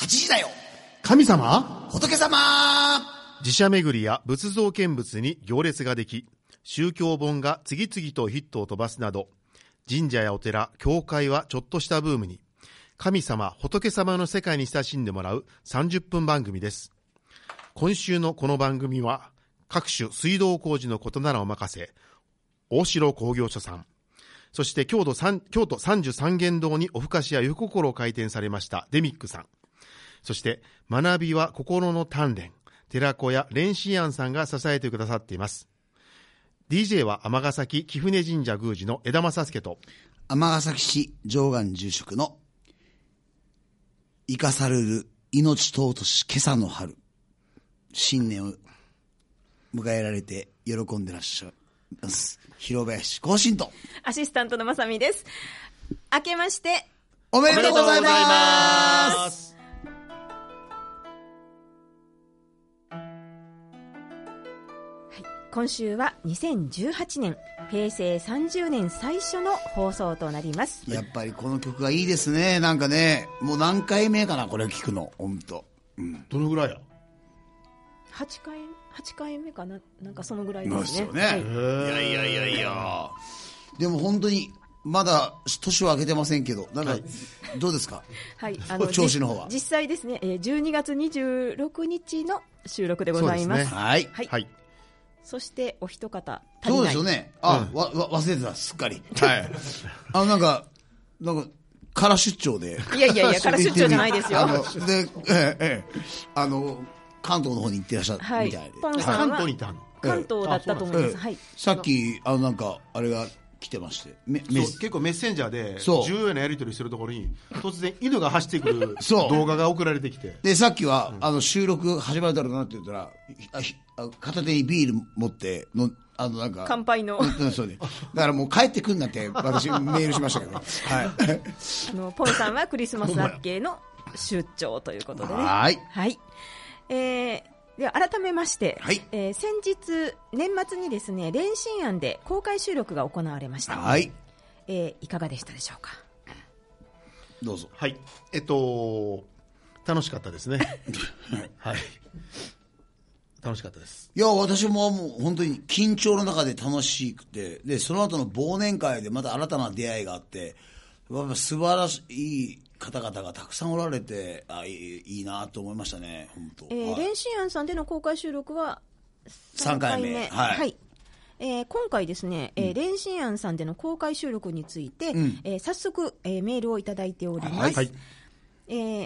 8時だよ。 神様、 仏様。 寺社巡りや仏像見物に行列ができ、宗教本が次々とヒットを飛ばすなど、神社やお寺、教会はちょっとしたブームに、神様、仏様の世界に親しんでもらう30分番組です。今週のこの番組は、各種水道工事のことならお任せ、大城工業所さん、そして京都33元堂におふかしや湯心を開店されましたデミックさん、そして学びは心の鍛錬、寺子屋蓮心庵さんが支えてくださっています。DJ は尼崎貴船神社宮司の枝正助と、 尼崎市上岸住職の生かされる命尊し今朝の春、新年を迎えられて喜んでらっしゃいます広林光信とアシスタントのまさみです。明けましておめでとうございます。 今週は2018年平成30年最初の放送となります。 やっぱりこの曲がいいですね。なんかね、もう何回目かなこれ聞くの、本当。 どのぐらいや 8回目かな、なんかそのぐらいですね。 そうですよね、いやでも本当にまだ年は明けてませんけど、なんかどうですか、 はい、 調子の方は。 実際ですね、12月26日の収録でございます。 はい、 そしてお一方足りない。 そうですよね。忘れてた、すっかり。はい。なんか空出張で。 いや空出張じゃないですよ。 で、関東の方に行ってらっしゃるみたいで。 ポンさんは関東にいたの。 関東だったと思います。はい。 さっきなんかあれが来てまして、 結構メッセンジャーで重要なやり取りするところに突然犬が走ってくる動画が送られてきて、 でさっきは収録始まるだろうなって言ったら、片手にビール持ってなんか乾杯のそうね。だからもう帰ってくんなって私メールしましたけど、はい。 ポンさんはクリスマス明けの出張ということでね。 はい。 では改めまして、 はい。 先日年末にですね、蓮心庵で公開収録が行われました。 はい。 いかがでしたでしょうか。 どうぞ。 はい。楽しかったですね。はい。楽しかったです。 いや、私ももう本当に緊張の中で楽しくて、でその後の忘年会でまた新たな出会いがあって、やっぱ素晴らしい方々がたくさんおられて、いいなと思いましたね、本当。 蓮心庵さんでの公開収録は 3回目。はい。 今回ですね、蓮心庵さんでの公開収録について、早速、メールをいただいております。はい。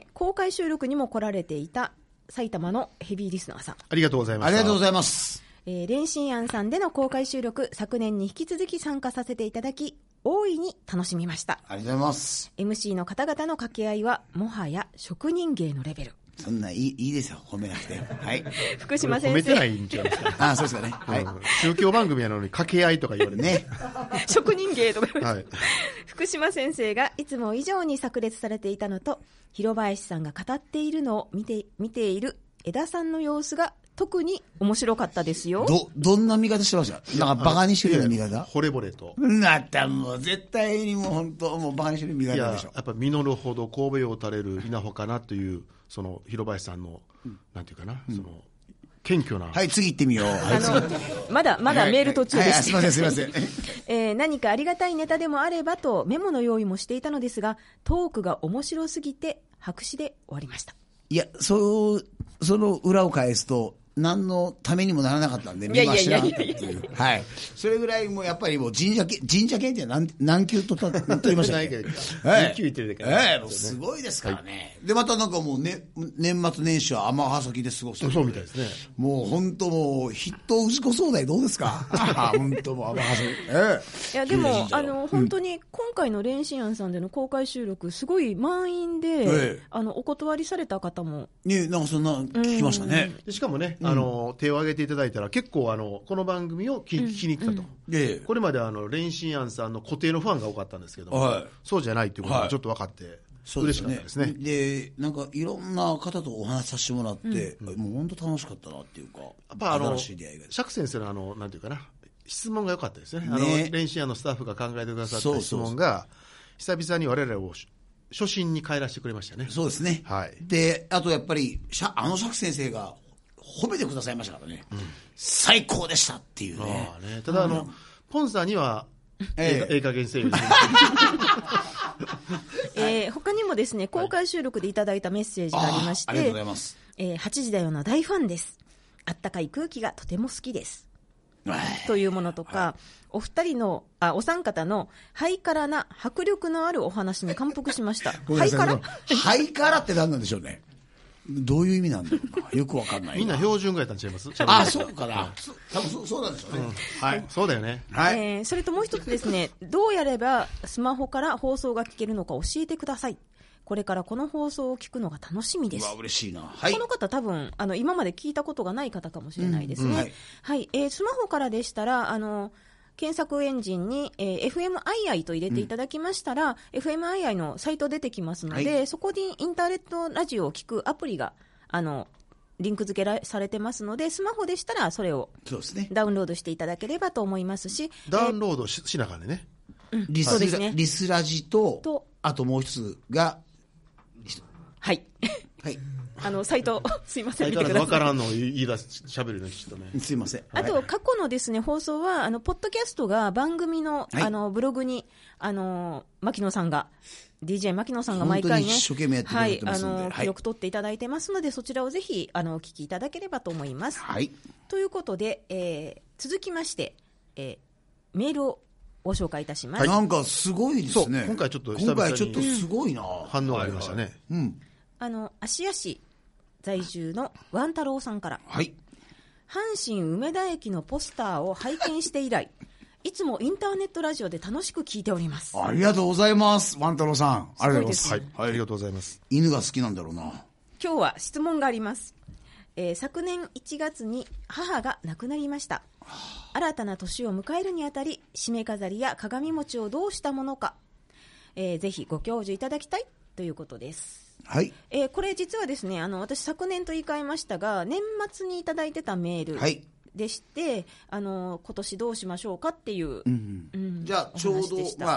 公開収録にも来られていた埼玉のヘビーリスナーさん、 ありがとうございます。 ありがとうございます。 蓮心庵さんでの公開収録、昨年に引き続き参加させていただき、大いに楽しみました。 ありがとうございます。 MC の方々の掛け合いはもはや職人芸のレベル。 そんないいですよ、褒めなくて。はい。 福島先生、 褒めてないんちゃいますか。 そうですかね。はい。 宗教番組やのに掛け合いとか言われてね。 職人芸とか言われて、 はい。 福島先生がいつも以上に炸裂されていたのと、広林さんが語っているのを見ている枝さんの様子が特に面白かったですよ。 どんな見方してました？なんかバカにしてるような見方？ 惚れ惚れと。 もう絶対にもう本当もうバカにしてる見方でしょ。 やっぱ実るほど神戸を垂れる稲穂かなという、その広林さんの、なんていうかな、その謙虚な。 はい、次行ってみよう。 まだメール途中でした。 すいません。 何かありがたいネタでもあればとメモの用意もしていたのですが、トークが面白すぎて白紙で終わりました。 いや、その裏を返すと、何のためにもならなかったんで、見ましなかったっていう。はい。それぐらいもうやっぱりもう神社系って何級取りましたね。 何級言ってるだけ。 もうすごいですからね。で、またなんかもうね、年末年始は尼崎で過ごす。 そうみたいですね。 もう本当もう、筆頭氏子総代どうですか？本当もう尼崎。 いや、でも、本当に今回の蓮心庵さんでの公開収録、すごい満員で、お断りされた方も。 ね、なんかそんな聞きましたね。 しかもね、手を挙げていただいたら結構この番組を聞きに来たと、これまで蓮心庵さんの固定のファンが多かったんですけども、そうじゃないということがちょっと分かって、嬉しかったですね。 で、なんかいろんな方とお話しさせてもらって、もう本当楽しかったなっていうか、やっぱ新しい出会いが。 釈先生のなんていうかな、質問が良かったですね。蓮心庵のスタッフが考えてくださった質問が久々に我々を初心に帰らせてくれましたね。 そうですね。 はい。 で、あとやっぱり、あの釈先生が褒めてくださいましたからね。最高でしたっていうね。 ただポンさんには、加減せよ。 他にもですね、公開収録でいただいたメッセージがありまして、 ありがとうございます。 8時だよの大ファンです。あったかい空気がとても好きです。というものとか、お二人のお三方のハイカラな迫力のあるお話に感服しました。ハイカラ？ ハイカラって何なんでしょうね。どういう意味なんだろうな。よくわかんない。 みんな標準ぐらいなんちゃいます？ そうかな。多分そうなんでしょうね。 はい。そうだよね。 はい。それともう一つですね、どうやればスマホから放送が聞けるのか教えてください。これからこの放送を聞くのが楽しみです。 うわ、嬉しいな。はい。 この方多分今まで聞いたことがない方かもしれないですね。はい。スマホからでしたら検索エンジンに、FMII と入れていただきましたら、FMII のサイト出てきますので、そこにインターネットラジオを聞くアプリがリンク付けされてますので、スマホでしたらそれをダウンロードしていただければと思いますし、 ダウンロードしながらね。 リスラジとあともう一つがはい。 はい。 サイト、すいません。 サイトは分からんのを言い出す、喋るの人ね。 すいません。 あと、過去のですね、放送は、ポッドキャストが番組の、ブログに、牧野さんが、DJ 牧野さんが毎回ね、 一生懸命やってくれてますので、 記録取っていただいてますので、そちらをぜひ、お聞きいただければと思います。 はい。 ということで、続きまして、メールをご紹介いたします。 なんかすごいですね。 今回ちょっと久々にすごいな。 反応がありましたね。 芦屋市在住のワン太郎さんから、 はい、 阪神梅田駅のポスターを拝見して以来、いつもインターネットラジオで楽しく聞いております。 ありがとうございます、ワン太郎さん。ありがとうございます。 はい、ありがとうございます。 犬が好きなんだろうな。 今日は質問があります。昨年1月に母が亡くなりました。新たな年を迎えるにあたり、締め飾りや鏡餅をどうしたものか、ぜひご教授いただきたいということです。 はい。 これ実はですね、私昨年と言い換えましたが、年末にいただいてたメールでして、今年どうしましょうかっていう、 じゃあちょうど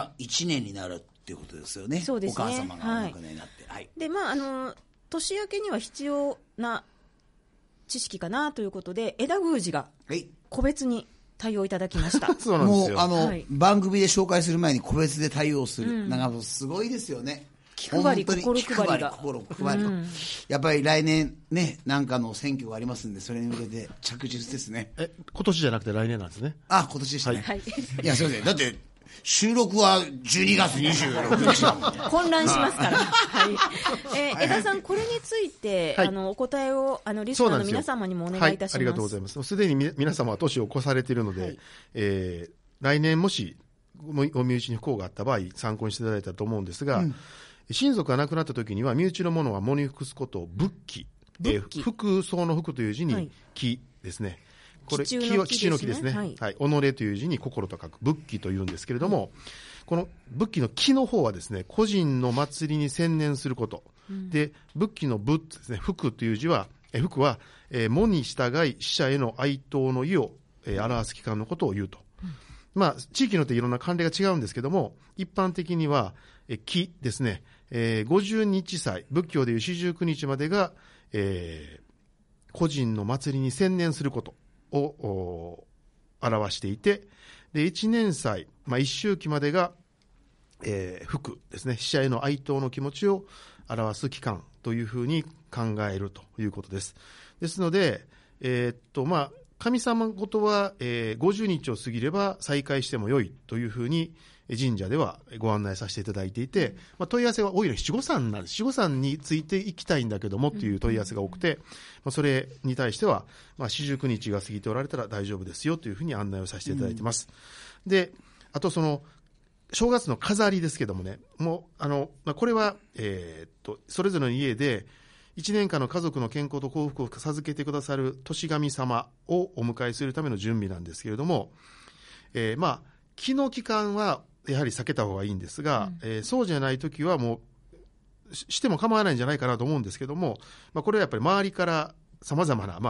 1年になるっていうことですよね。 そうですね。 お母様がお亡くなりになって、はい。 で、年明けには必要な知識かなということで、枝宮司が個別に対応いただきました。 そうなんですよ。 もう番組で紹介する前に個別で対応する、なんかすごいですよね。 気配り、心配りが。 やっぱり来年ね、なんかの選挙がありますんで、それに向けて着実ですね。 今年じゃなくて来年なんですね。 今年でしたね。はい。いや、そうですね。だって、収録は12月26日混乱しますから。はい。江田さん、これについて、お答えを、リスナーの皆様にもお願いいたします。 ありがとうございます。すでに皆様は年を越されているので、来年もし、お身内に不幸があった場合、参考にしていただいたと思うんですが、親族が亡くなった時には、身内のものは喪に服すことを仏器。服装の服という字に木ですね。これ、木は吉の木ですね。はい。己という字に心と書く仏器というんですけれども、この仏器の木の方はですね、個人の祭りに専念すること。で、仏器の仏ですね、服という字は、服は、喪に従い死者への哀悼の意を、表す期間のことを言うと。地域によっていろんな慣例が違うんですけども、一般的には、木ですね、50日祭、仏教でいう四十九日までが、個人の祭りに専念することを表していて、で、一年祭、一周期までが、福ですね、死者への哀悼の気持ちを表す期間というふうに考えるということです。ですので、神様ごとは、50日を過ぎれば再開してもよいというふうに神社ではご案内させていただいていて、問い合わせは多いのは七五三なんです。七五三についていきたいんだけどもっていう問い合わせが多くて、それに対しては、四十九日が過ぎておられたら大丈夫ですよというふうに案内をさせていただいてます。で、あと正月の飾りですけどもね、もう、これは、それぞれの家で、1年間の家族の健康と幸福を授けてくださる年神様をお迎えするための準備なんですけれども、気の期間はやはり避けた方がいいんですが、そうじゃないときはもうしても構わないんじゃないかなと思うんですけども、これはやっぱり周りから様々な、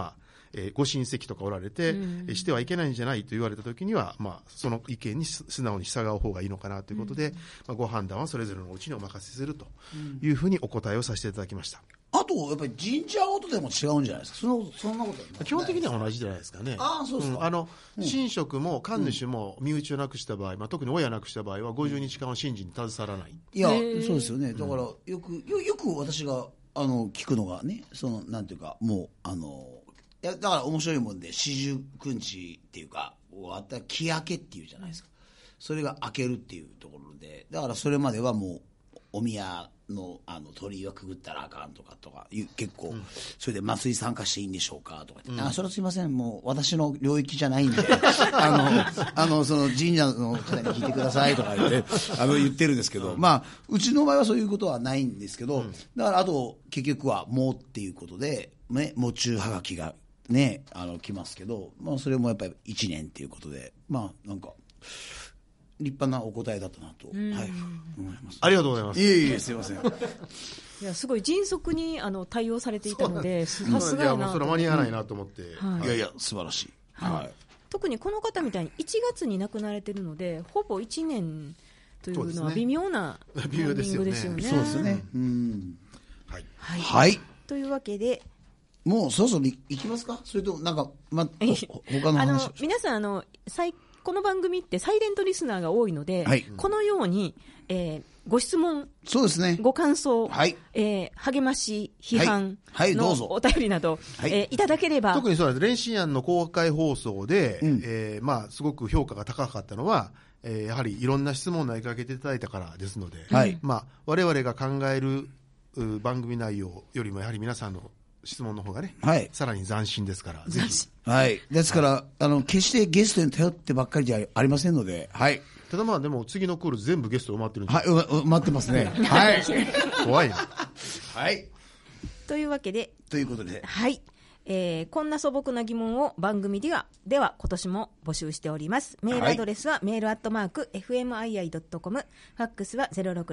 ご親戚とかおられて、してはいけないんじゃないと言われたときには、その意見に素直に従う方がいいのかなということで、ご判断はそれぞれのうちにお任せするというふうにお答えをさせていただきました。 あと、やっぱり神社ごとでも違うんじゃないですか。そんなことはない。 基本的には同じじゃないですかね。 そうですか。 神職も神主も身内を亡くした場合、特に親を亡くした場合は50日間は神事に携わらない。 いや、そうですよね。だから、よく私が、聞くのがね、なんていうか、もう、いや、だから面白いもんで、四十九日っていうか、木明けっていうじゃないですか。それが明けるっていうところで、だからそれまではもう、お宮の鳥居はくぐったらあかんとか結構、それで祭り参加していいんでしょうかとか言って、それはすいません、もう私の領域じゃないんでその神社の方に聞いてくださいとか言って言ってるんですけど、うちの場合はそういうことはないんですけど、だからあと結局はもうっていうことでね、もう中はがきがね来ますけど、それもやっぱり1年っていうことで、なんか立派なお答えだったなと、思います。 ありがとうございます。 いえ、すいません。 いや、すごい迅速に対応されていたので、さすがやなと。 いや、もうそれは間に合わないなと思って。 いや、素晴らしい。 特にこの方みたいに1月に亡くなられてるので、ほぼ1年というのは微妙なタイミングですよね。 そうですよね。 はい。というわけで、 もうそろそろ行きますか？それとなんか他の話。 皆さんこの番組ってサイレントリスナーが多いので、このように、ご質問、 そうですね、 ご感想、励まし、批判のお便りなど、いただければ。 特にそうなんです。連心案の公開放送で、すごく評価が高かったのは、やはりいろんな質問を投げかけていただいたからですので、我々が考える番組内容よりもやはり皆さんの質問の方がね、さらに斬新ですから、ぜひ。 ですから、決してゲストに頼ってばっかりじゃありませんので、 ただでも次のクール全部ゲスト埋まってるんで。 埋まってますね。 怖いな。 というわけで。 ということで。 こんな素朴な疑問を番組では今年も募集しております。メールアドレスはメール@fmii.com、ファックスは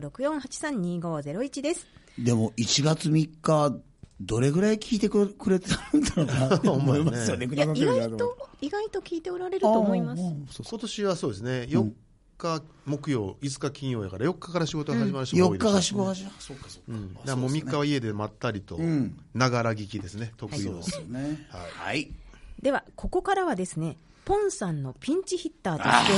0664832501 です。 でも1月3日、どれぐらい聞いてくれてるんだろうなと思いますよね。 意外と聞いておられると思います。 今年はそうですね、4日木曜、5日金曜やから4日から仕事が始まる人が多いです。 4日が仕事が始まる。そうか。 だからもう3日は家でまったりと、ながら聞きですね、得意の。 では、ここからはですね、ポンさんのピンチヒッターとして、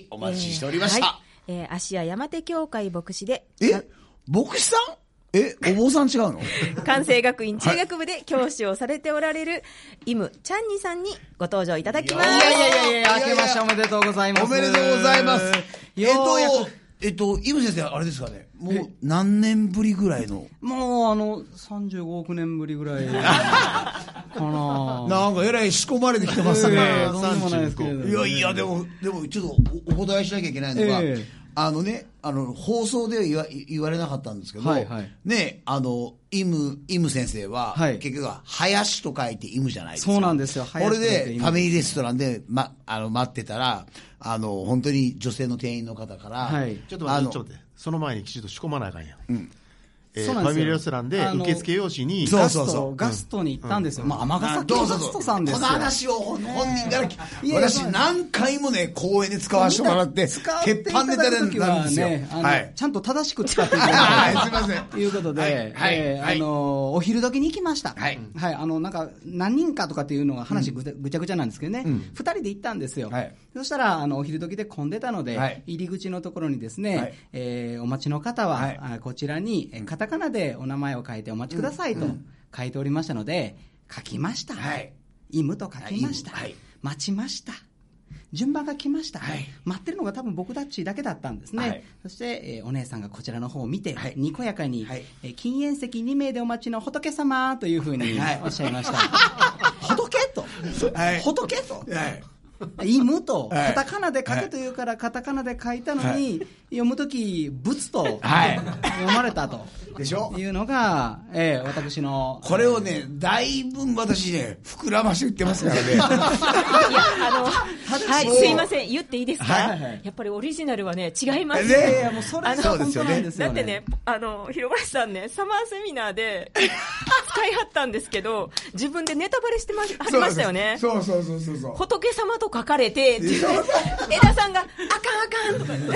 お待ちしておりました。 芦屋山手教会牧師で、 牧師さん？お坊さん違うの？ 関西学院中学部で教師をされておられるイム・チャンニさんにご登場いただきます。 いや、明けましておめでとうございます。 おめでとうございます。イム先生、あれですかね、もう何年ぶりぐらいの？ もう35億年ぶりぐらいかな。 なんかえらい仕込まれてきてますね。 とんでもないですけれど。 いや、でもちょっとお答えしなきゃいけないのが、放送では言われなかったんですけど、ね、イム先生は、結局は、林と書いてイムじゃないですか。 そうなんですよ。 これで、ファミリーレストランで、待ってたら、本当に女性の店員の方から、 ちょっと待って、その前にきちんと仕込まないかんや。ファミリーレストランで受付用紙にガストに行ったんですよ。尼崎のガストさんですよ。 この話を本人から私何回もね、講演で使わせてもらって、鉄板ネタでなんですよ。 ちゃんと正しく使っていただいて。すいません。 ということで、お昼時に行きました。なんか何人かとかっていうのが話ぐちゃぐちゃなんですけどね、2人で行ったんですよ。そしたらお昼時で混んでたので、入り口のところにですね、お待ちの方はこちらにカタカナでお名前を書いてお待ちくださいと書いておりましたので、書きました。イムと書きました。待ちました。順番が来ました。待ってるのが多分僕たちだけだったんですね。そして、お姉さんがこちらの方を見て、にこやかに、禁煙席2名でお待ちの仏様というふうにおっしゃいました。仏と仏とイムとカタカナで書けというからカタカナで書いたのに、 読むとき、仏とはい読まれたと。 でしょいうのが、私の。 これをね、だいぶ私ね、膨らまして言ってますからね。 いや、はい、すいません、言っていいですか、 はいやっぱりオリジナルはね、違いますね。 いやもうそれがそうですよね本当なんですよね。 だってね、広林さんね、サマーセミナーで使いはったんですけど、自分でネタバレしてはりましたよね。 そう。 仏様と書かれて、枝さんが、あかんとか言って。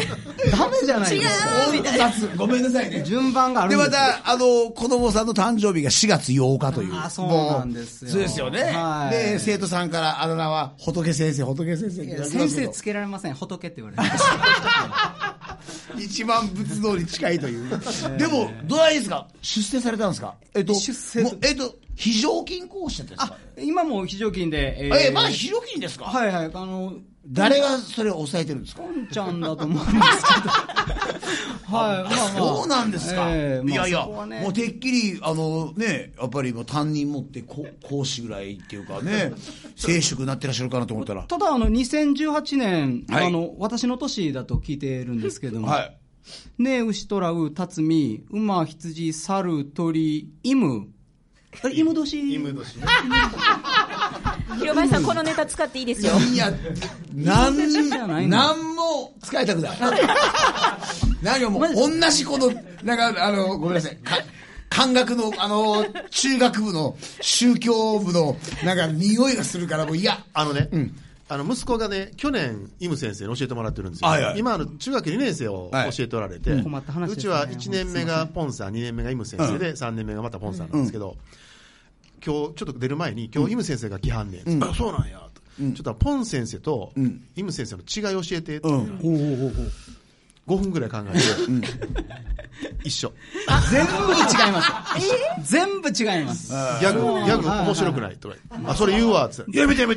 ダメじゃないですか。 違うみたいな。 ごめんなさいね。 順番があるんですよ。 で、また、子供さんの誕生日が4月8日という。 そうなんですよ。 そうですよね。 はい、 で、生徒さんからあだ名は、仏先生って言われてますけど。 先生つけられません。仏って言われてます。 一番仏像に近いという。でも、どないですか？出世されたんですか？ 出世。 非常勤講師だったんですか？ 今も非常勤で。 まだ非常勤ですか？ はいはい。 誰がそれを抑えてるんですか？ ポンちゃんだと思うんですけど。はい、 そうなんですか。いやいや、 ね、 もうてっきり、ね、やっぱり担任持って講師ぐらいっていうかね、正職になってらっしゃるかなと思ったら。 ただ、2018年、 はい、 私の年だと聞いてるんですけども、 はい。 ね、牛、虎、う、たつみ、馬、羊、猿、鳥、犬。犬年。 犬年ね。 広林さん、このネタ使っていいですよ。 いや、なんも使いたくない。何をもう、同じこの、なんか、ごめんなさい。漢学の、中学部の、宗教部の、なんか、匂いがするから、もう嫌。 息子がね、去年、イム先生に教えてもらってるんですよ。 はいはい、 今、中学2年生を教えておられて、 うちは1年目がポンさん、2年目がイム先生で、3年目がまたポンさんなんですけど、今日、ちょっと出る前に、今日イム先生が来はんねん。あ、そうなんや。ちょっとポン先生とイム先生の違いを教えてって。5分ぐらい考えて、一緒。 全部違います。全部違います。 ギャグ面白くないとか。あ、それ言うわ、つって。やめて。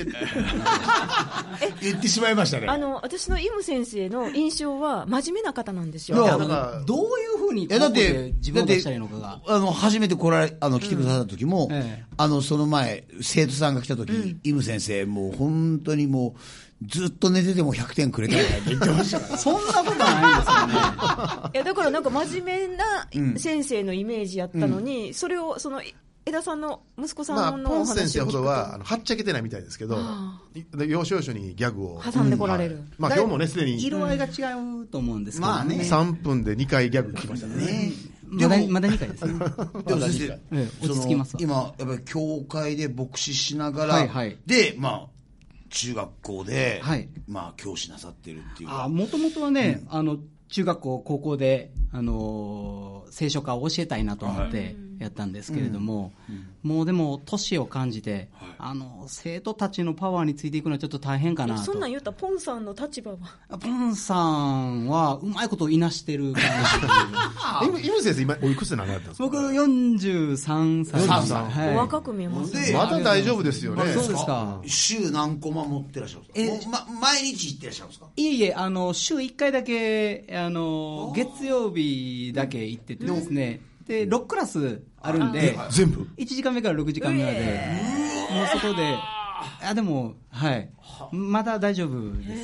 言ってしまいましたね。 私のイム先生の印象は真面目な方なんですよ。 どういうふうにここで自分を出したらいいのかが。 初めて来てくださった時も、その前、生徒さんが来た時、イム先生、もう本当にもう、ずっと寝てても100点くれたみたいな言ってましたから。 そんなことないんですよね。 いや、だからなんか真面目な先生のイメージやったのに、それを、枝さんの息子さんのお話を聞くと、 ポン先生ほどははっちゃけてないみたいですけど、要所要所にギャグを挟んでこられる。 今日もね、すでに。 色合いが違うと思うんですけどね。 3分で2回ギャグ来ましたね。 まだ2回ですね。 でも先生、 落ち着きますわ。 今、やっぱり教会で牧師しながら、で、中学校で、教師なさってるっていうか。 もともとはね、中学校、高校で、聖書科を教えたいなと思ってやったんですけれども、もうでも、年を感じて、生徒たちのパワーについていくのはちょっと大変かなと。 そんなん言ったら、ポンさんの立場はポンさんは、うまいことをいなしてる感じ。イム先生、今、おいくつで何やったんですか？ 僕、43歳。 お若く見えますね。 まだ大丈夫ですよね。 そうですか。 週何コマ持ってらっしゃるんですか？毎日行ってらっしゃるんですか？ いえ、週1回だけ、月曜日だけ行っててですね、で、6クラスあるんで、 全部 ?1 時間目から6時間目まで、もうそこで、でも、まだ大丈夫です。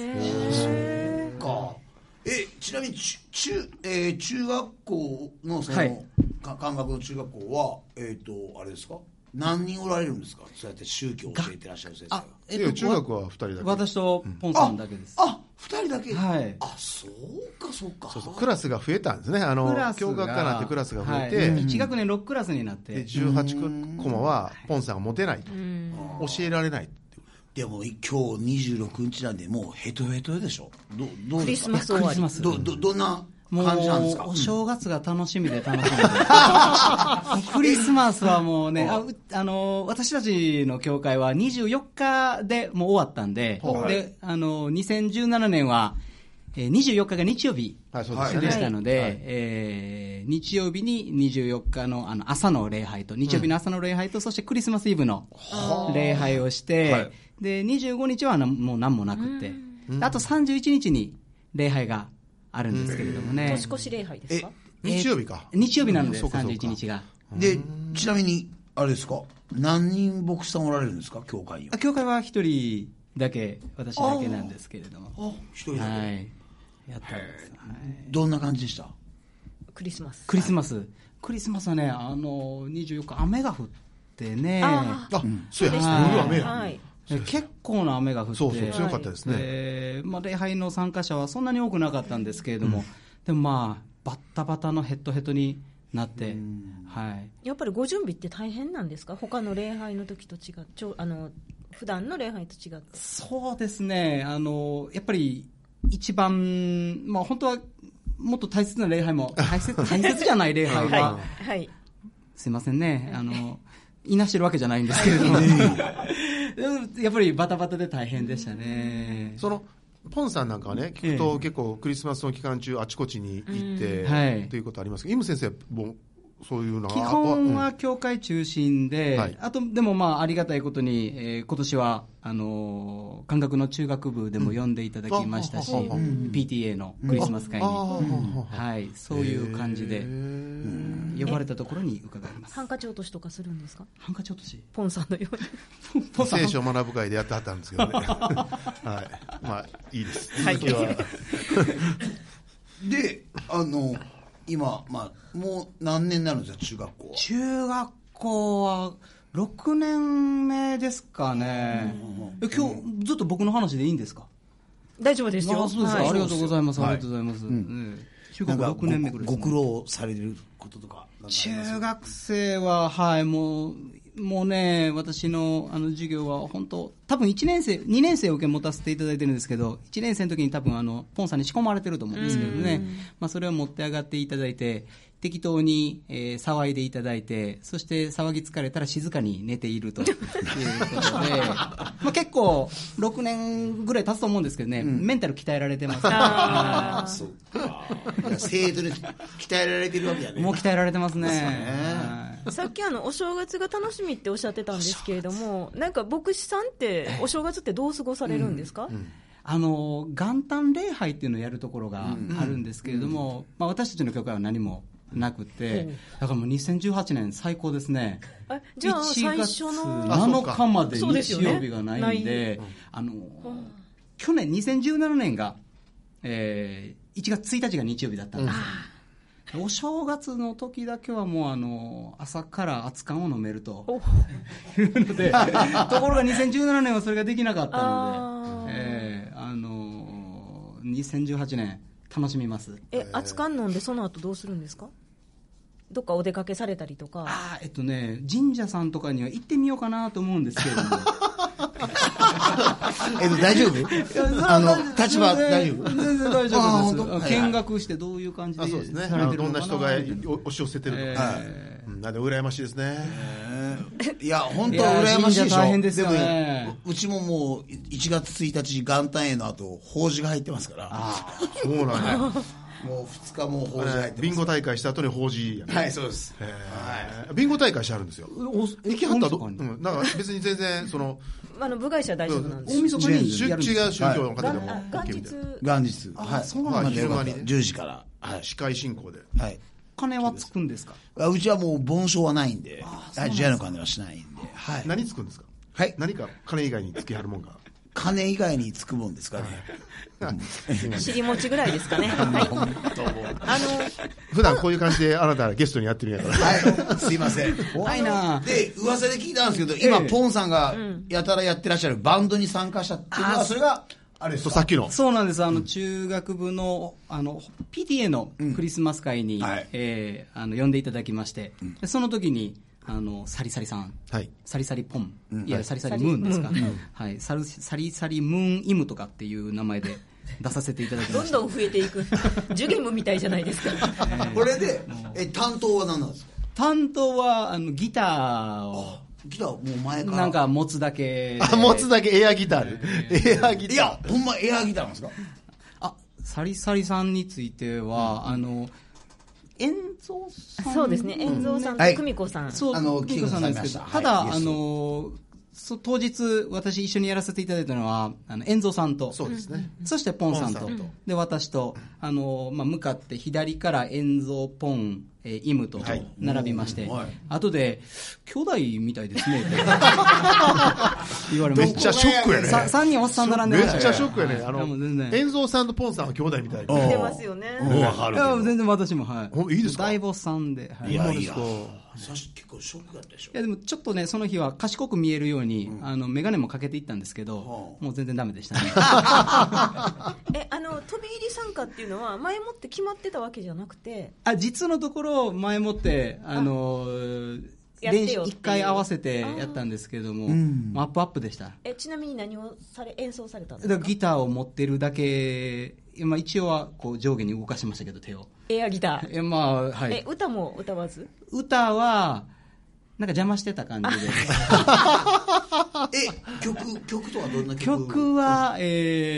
そうか。ちなみに、中学校の、漢学の中学校は、あれですか？何人おられるんですか？そうやって宗教を教えてらっしゃる先生は。 中学は2人だけ。 私とポンさんだけです。 2人だけ？ はい。 そうか。 クラスが増えたんですね。教学科なんてクラスが増えて、 1学年6クラスになって。 18コマはポンさんが持てないと。教えられない。 でも今日26日なんで、もうヘトヘトでしょ？どうですか？ クリスマス終わり。 どんな感じなんですか？ お正月が楽しみで楽しみで。クリスマスはもうね、私たちの教会は24日でもう終わったんで、で、2017年は、24日が日曜日でしたので、日曜日に24日の朝の礼拝と、日曜日の朝の礼拝と、そしてクリスマスイブの礼拝をして、で、25日はもう何もなくって、あと31日に礼拝があるんですけれどもね。 年越し礼拝ですか？ 日曜日か。 日曜日なので、31日が。 で、ちなみに、あれですか？何人牧師さんおられるんですか？教会には。 教会は一人だけ、私だけなんですけれども。 一人だけ。 やったんです。 どんな感じでした？ クリスマスはね、24日雨が降ってね。 そうですね。 はい。結構な雨が降って、 そう強かったですね。 礼拝の参加者はそんなに多くなかったんですけれども、でもバッタバタのヘッドヘッドになって、 やっぱりご準備って大変なんですか？他の礼拝の時と違って、普段の礼拝と違って。 そうですね。やっぱり一番、本当はもっと大切な礼拝も大切じゃない礼拝は、すいませんね。いなしてるわけじゃないんですけれども、やっぱりバタバタで大変でしたね。 ポンさんなんかはね、聞くと結構クリスマスの期間中あちこちに行ってということありますけど、イム先生もそういうのは基本は教会中心で、あとでもありがたいことに、今年は漢学の中学部でも呼んでいただきましたし、PTA のクリスマス会に、そういう感じで呼ばれたところに伺います。 ハンカチ落としとかするんですか？ ハンカチ落とし、 ポンさんのように聖書学ぶ会でやってはったんですけどね。いいです。続きはで、今、もう何年になるんですか、中学校は？ 中学校は6年目ですかね。今日ずっと僕の話でいいんですか？ 大丈夫ですよ。 そうですか。ありがとうございます。ありがとうございます。中学校6年目ぐらいですね。 ご苦労されることとか。 中学生は、もうね、私の授業は本当、多分2年生を受け持たせていただいてるんですけど、1年生の時に多分ポンさんに仕込まれてると思うんですけどね、それを持って上がっていただいて、適当に、騒いでいただいて、そして騒ぎ疲れたら静かに寝ているということで、結構6年ぐらい経つと思うんですけどね、メンタル鍛えられてます。 そうか。生徒に鍛えられてるわけやね。 もう鍛えられてますね。 さっきお正月が楽しみっておっしゃってたんですけれども、なんか牧師さんってお正月ってどう過ごされるんですか？ 元旦礼拝っていうのをやるところがあるんですけれども、私たちの教会は何もなくて、だからもう2018年最高ですね。 じゃあ最初の7日まで日曜日がないんで、去年2017年が、1月1日が日曜日だったんですよ。お正月の時だけはもう朝から熱燗を飲めるというので、ところが2017年はそれができなかったので、2018年楽しみます。 熱燗飲んでその後どうするんですか？どっかお出かけされたりとか。 神社さんとかには行ってみようかなと思うんですけれども。 大丈夫？立場大丈夫？ 全然大丈夫です。見学してどういう感じでされてるのかな。 どんな人が押し寄せてるとか。なんで羨ましいですね。 いや本当羨ましいでしょ。 大変ですよね。 うちももう1月1日元旦への後法事が入ってますから。 そうなんや。 もう2日も法事入ってます。 ビンゴ大会した後に法事やね。 はい、そうです。 ビンゴ大会してあるんですよ。行きはったらなんか別に全然部外者は大丈夫なんです。 大晦日に違う宗教の方でも元日。 そうなんですか。10時から。 司会進行で。 金はつくんですか？ うちはもう盆栽はないんで、除夜の鐘はしないんで。 何つくんですか？何か金以外につきはるもんが。 金以外につくもんですかね。 尻餅ぐらいですかね。 普段こういう感じであなたゲストにやってるんやから。 はい、すいません。 怖いな。 で、噂で聞いたんですけど、今ポンさんがやたらやってらっしゃるバンドに参加したっていうのは、それがあれですか？ さっきの。 そうなんです。中学部のPTA のクリスマス会に呼んでいただきまして、その時に。サリサリさん、サリサリポン、いやサリサリムーンですか、サリサリムーンイムとかっていう名前で出させていただきました。 どんどん増えていくジュゲムみたいじゃないですか。 これで担当は何なんですか？ 担当はギターをギターもう前からなんか持つだけ持つだけエアギターでエアギター。 いやほんまエアギターなんですか？ サリサリさんについては遠蔵さん、 そうですね、遠蔵さんと久美子さん、 そう久美子さんなんですけど、ただ当日私一緒にやらせていただいたのは遠蔵さんと、 そうですね、 そしてポンさんとで私と向かって左から遠蔵ポンイムと並びまして、後で兄弟みたいですねって言われました。 めっちゃショックやね。 3人おっさん並んでました。 めっちゃショックやね。遠蔵さんとポンさんは兄弟みたいな。 似てますよね。 全然私も、 いいですか？ 大坊さんで。 いやいや、結構ショックだったでしょ。 いやでもちょっとね、その日は賢く見えるように、メガネもかけていったんですけど、もう全然ダメでしたね。 飛び入り参加っていうのは前もって決まってたわけじゃなくて、 実のところ前もって練習1回合わせてやったんですけれども、アップでした。 ちなみに何を演奏されたんですか？ ギターを持ってるだけ、一応はこう上下に動かしましたけど、手を。 エアギター。歌も歌わず？ 歌はなんか邪魔してた感じで。 曲とはどんな曲は、ジ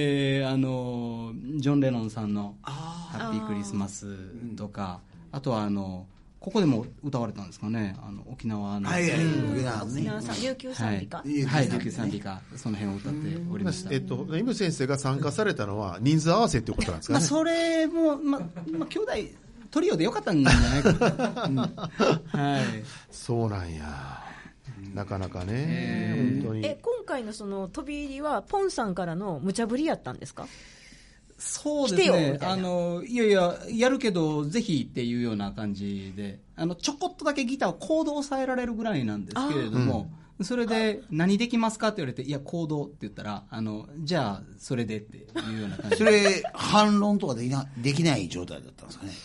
ョン・レノンさんのハッピークリスマスとか、あとはここでも歌われたんですかね、沖縄の。 沖縄さん、琉球賛美歌。 琉球賛美歌、その辺を歌っておりました。 イム先生が参加されたのは人数合わせっていうことなんですかね。 それも、兄弟、トリオでよかったんじゃないかな。 そうなんや。なかなかね、本当に。 今回のその飛び入りはポンさんからの無茶ぶりやったんですか？ そうですね。いやいや、やるけど、ぜひっていうような感じで、ちょこっとだけギターをコードを抑えられるぐらいなんですけれども、それで、何できますかって言われて、いや、コードって言ったら、じゃあ、それでっていうような感じで。 それ、反論とかできない状態だったんですかね。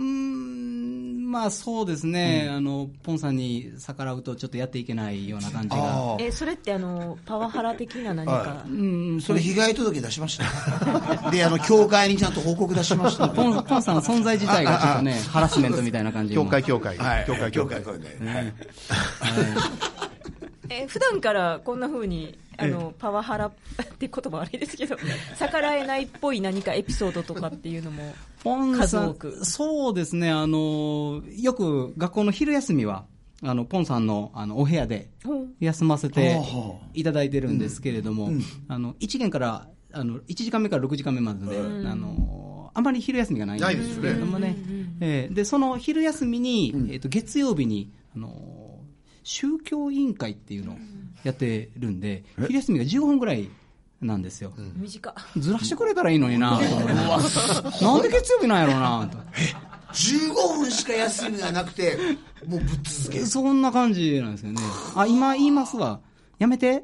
そうですね、ポンさんに逆らうとちょっとやっていけないような感じが。 それってパワハラ的な何か、 それ被害届出しましたで、教会にちゃんと報告出しましたポンさんの存在自体がちょっとね、ハラスメントみたいな感じ。 教会普段からこんな風にパワハラって言葉悪いですけど、逆らえないっぽい何かエピソードとかっていうのも数多く。 そうですね、よく学校の昼休みはポンさんのお部屋で休ませていただいてるんですけれども、1限から1時間目から6時間目までで、あまり昼休みがないんですけれどもね。でその昼休みに、月曜日に宗教委員会っていうのをやってるんで、昼休みが15分ぐらいなんですよ。 短ずらしてくれたらいいのになと思ってなんで月曜日なんやろうなと。 15分しか休みがなくて、もうぶっ続ける。 そんな感じなんですよね。今言いますわ。やめて。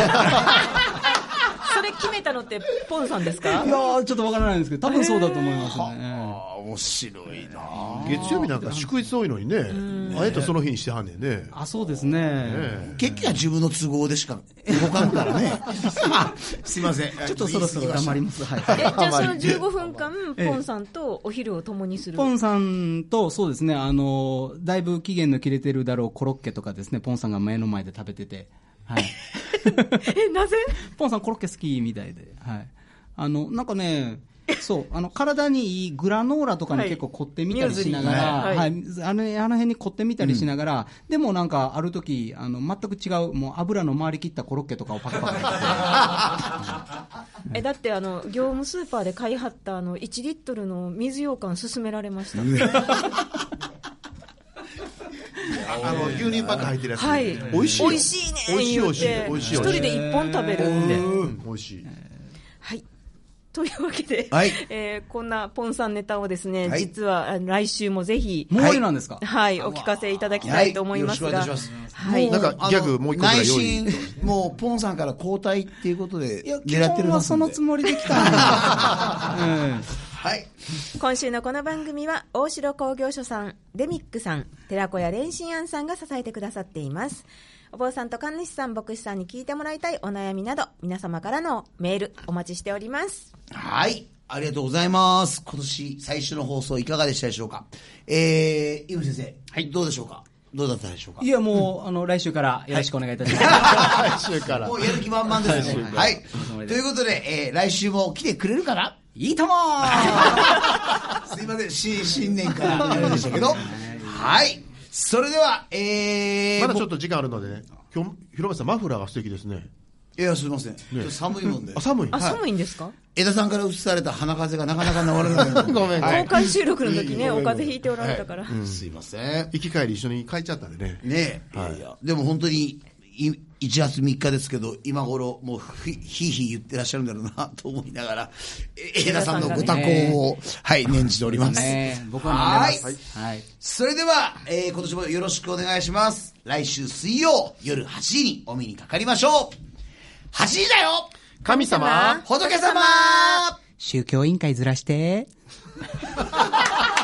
それ決めたのってポンさんですか？ いやー、ちょっとわからないんですけど、多分そうだと思いますね。 面白いな。 月曜日なんか祝日多いのにね、あえてその日にしてはんねんね。 そうですね。 結局は自分の都合でしか動かんからね。すいません。 ちょっとそろそろ黙ります。 じゃあその15分間、ポンさんとお昼を共にする。 ポンさんと、そうですね、だいぶ期限の切れてるだろうコロッケとかですね、ポンさんが目の前で食べてて。はい。 なぜ？ ポンさんコロッケ好きみたいで。はい。なんかね、そう、体にいいグラノーラとかに結構凝ってみたりしながら、はい、あの辺に凝ってみたりしながら、でもなんかある時、全く違う、もう油の回り切ったコロッケとかをパクパクやって。だって業務スーパーで買いはった1リットルの水羊羹勧められました。 牛乳パック入ってるやつ。 はい。 美味しい。 美味しいね。美味しい。一人で1本食べるんで。 美味しい。 はい。というわけで、こんなポンさんネタをですね、実は来週もぜひ、 もういなんですか？ はい、お聞かせいただきたいと思いますが、 よろしくお願いします。 はい。 なんかギャグもう一個ぐらい用意。 内心、もうポンさんから交代っていうことで狙ってるますんで。はそのつもりで来たんです。 はい。 今週のこの番組は大城工業所さん、デミックさん、寺子屋蓮心庵さんが支えてくださっています。お坊さんと神主さん、牧師さんに聞いてもらいたいお悩みなど、皆様からのメールお待ちしております。 はい。ありがとうございます。今年最初の放送いかがでしたでしょうか？イム先生、はい、どうでしょうか？どうだったでしょうか？ いや、もう、来週からよろしくお願いいたします。 来週から。 もうやる気満々ですね。はい。ということで、来週も来てくれるかな？ いいともすいません、新年からあれでしたけど。はい。それでは、 まだちょっと時間あるのでね、今日、広松さんマフラーが素敵ですね。 いや、すみません。寒いもんで。 寒い。 寒いんですか？ 枝さんから移された鼻風がなかなか治らない。 ごめん。 公開収録の時ね、お風邪ひいておられたから。 すいません。 行き帰り一緒に帰っちゃったんでね。 ねえ。いや、でも本当に、1月3日ですけど、今頃、もうひいひい言ってらっしゃるんだろうな、と思いながら、枝さんのご多幸を、はい、念じております。 僕は飲んでます。 はい。それでは、今年もよろしくお願いします。来週水曜夜8時にお目にかかりましょう。8時だよ、 神様、 仏様、 宗教委員会ずらして。